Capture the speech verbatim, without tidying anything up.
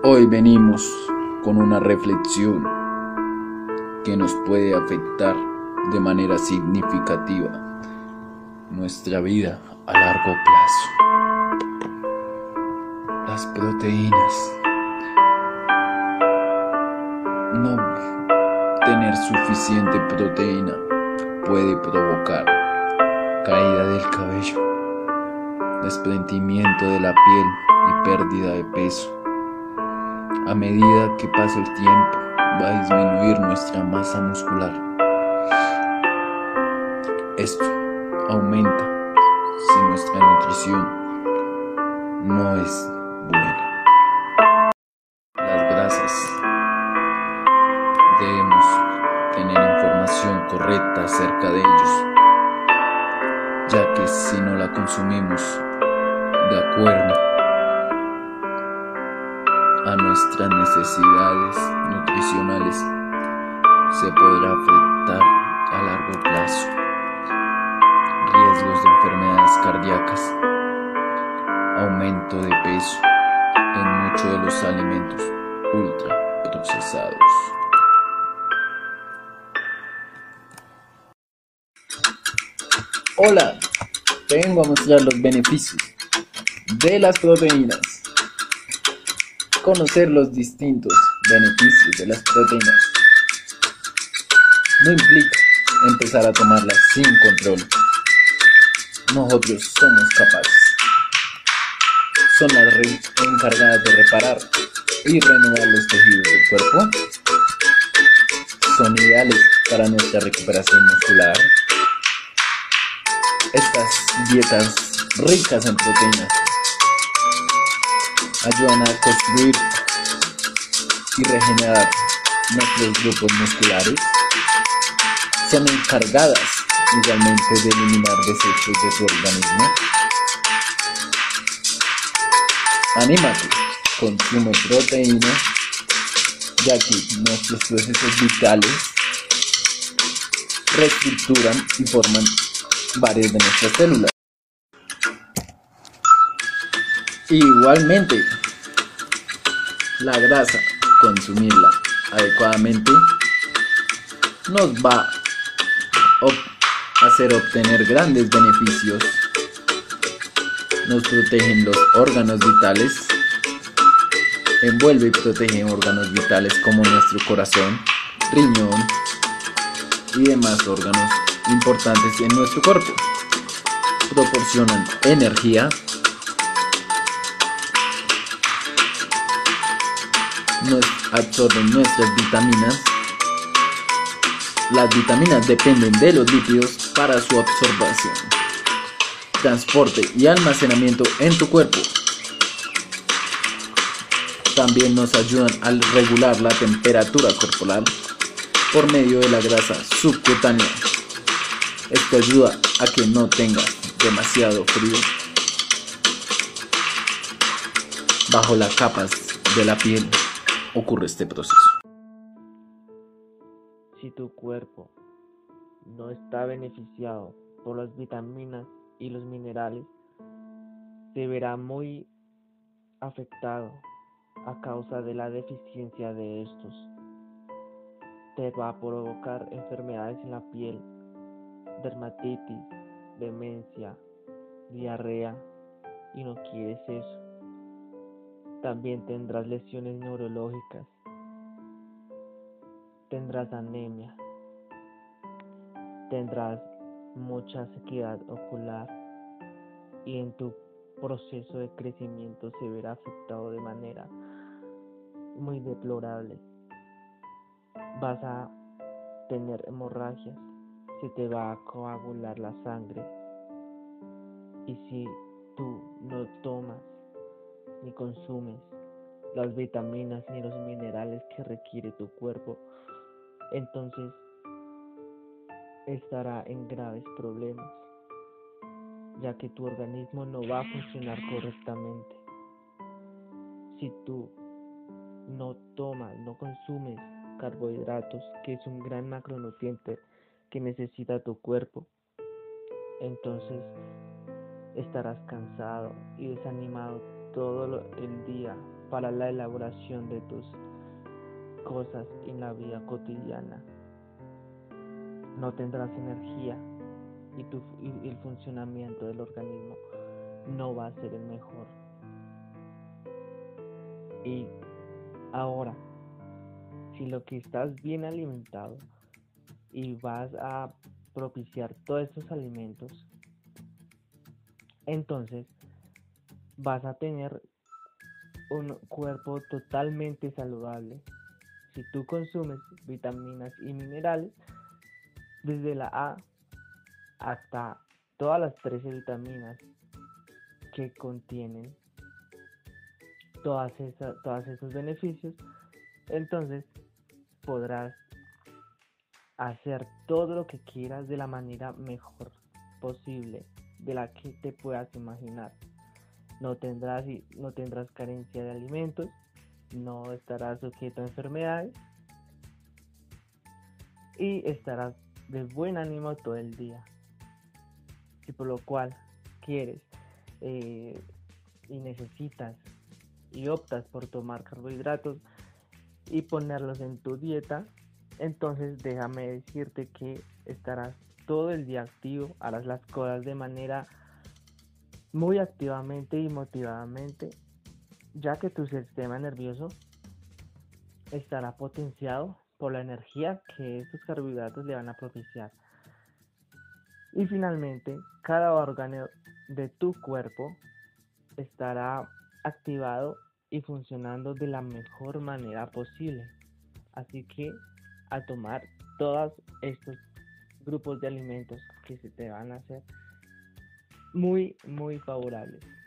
Hoy venimos con una reflexión que nos puede afectar de manera significativa nuestra vida a largo plazo. Las proteínas. No tener suficiente proteína puede provocar caída del cabello, desprendimiento de la piel y pérdida de peso. A medida que pasa el tiempo, va a disminuir nuestra masa muscular. Esto aumenta si nuestra nutrición no es buena. Las grasas. Debemos tener información correcta acerca de ellos, ya que si no la consumimos de acuerdo a nuestras necesidades nutricionales, se podrá afectar a largo plazo. Riesgos de enfermedades cardíacas, aumento de peso en muchos de los alimentos ultraprocesados. Hola, te vengo a mostrar los beneficios de las proteínas. Conocer los distintos beneficios de las proteínas no implica empezar a tomarlas sin control. Nosotros somos capaces. Son las re- encargadas de reparar y renovar los tejidos del cuerpo. Son ideales para nuestra recuperación muscular. Estas dietas ricas en proteínas ayudan a construir y regenerar nuestros grupos musculares. Son encargadas igualmente de eliminar desechos de tu organismo. Anímate, consume proteína, ya que nuestros procesos vitales reestructuran y forman varias de nuestras células. Igualmente, la grasa, consumirla adecuadamente, nos va a hacer obtener grandes beneficios. Nos protegen los órganos vitales, envuelve y protege órganos vitales como nuestro corazón, riñón y demás órganos importantes en nuestro cuerpo. Proporcionan energía, nos absorben nuestras vitaminas. Las vitaminas dependen de los lípidos para su absorción, transporte y almacenamiento en tu cuerpo. También nos ayudan a regular la temperatura corporal por medio de la grasa subcutánea. Esto ayuda a que no tengas demasiado frío bajo las capas de la piel. Ocurre este proceso. Si tu cuerpo no está beneficiado por las vitaminas y los minerales, se verá muy afectado a causa de la deficiencia de estos. Te va a provocar enfermedades en la piel, dermatitis, demencia, diarrea, y no quieres eso. También tendrás lesiones neurológicas, tendrás anemia, tendrás mucha sequedad ocular y en tu proceso de crecimiento se verá afectado de manera muy deplorable. Vas a tener hemorragias, se te va a coagular la sangre, y si tú no tomas ni consumes las vitaminas ni los minerales que requiere tu cuerpo, entonces estará en graves problemas, ya que tu organismo no va a funcionar correctamente. Si tú no tomas, no consumes carbohidratos, que es un gran macronutriente que necesita tu cuerpo, entonces estarás cansado y desanimado todos todo el día para la elaboración de tus cosas en la vida cotidiana, no tendrás energía y, tu, y el funcionamiento del organismo no va a ser el mejor. Y ahora, si lo que estás bien alimentado y vas a propiciar todos estos alimentos, entonces vas a tener un cuerpo totalmente saludable. Si tú consumes vitaminas y minerales, desde la A hasta todas las trece vitaminas que contienen todas esas, todos esos beneficios, entonces podrás hacer todo lo que quieras de la manera mejor posible, de la que te puedas imaginar. No tendrás, no tendrás carencia de alimentos, no estarás sujeto a enfermedades y estarás de buen ánimo todo el día. Si por lo cual quieres eh, y necesitas y optas por tomar carbohidratos y ponerlos en tu dieta, entonces déjame decirte que estarás todo el día activo, harás las cosas de manera muy activamente y motivadamente, ya que tu sistema nervioso estará potenciado por la energía que estos carbohidratos le van a propiciar. Y finalmente, cada órgano de tu cuerpo estará activado y funcionando de la mejor manera posible. Así que a tomar todos estos grupos de alimentos que se te van a hacer muy, muy favorables.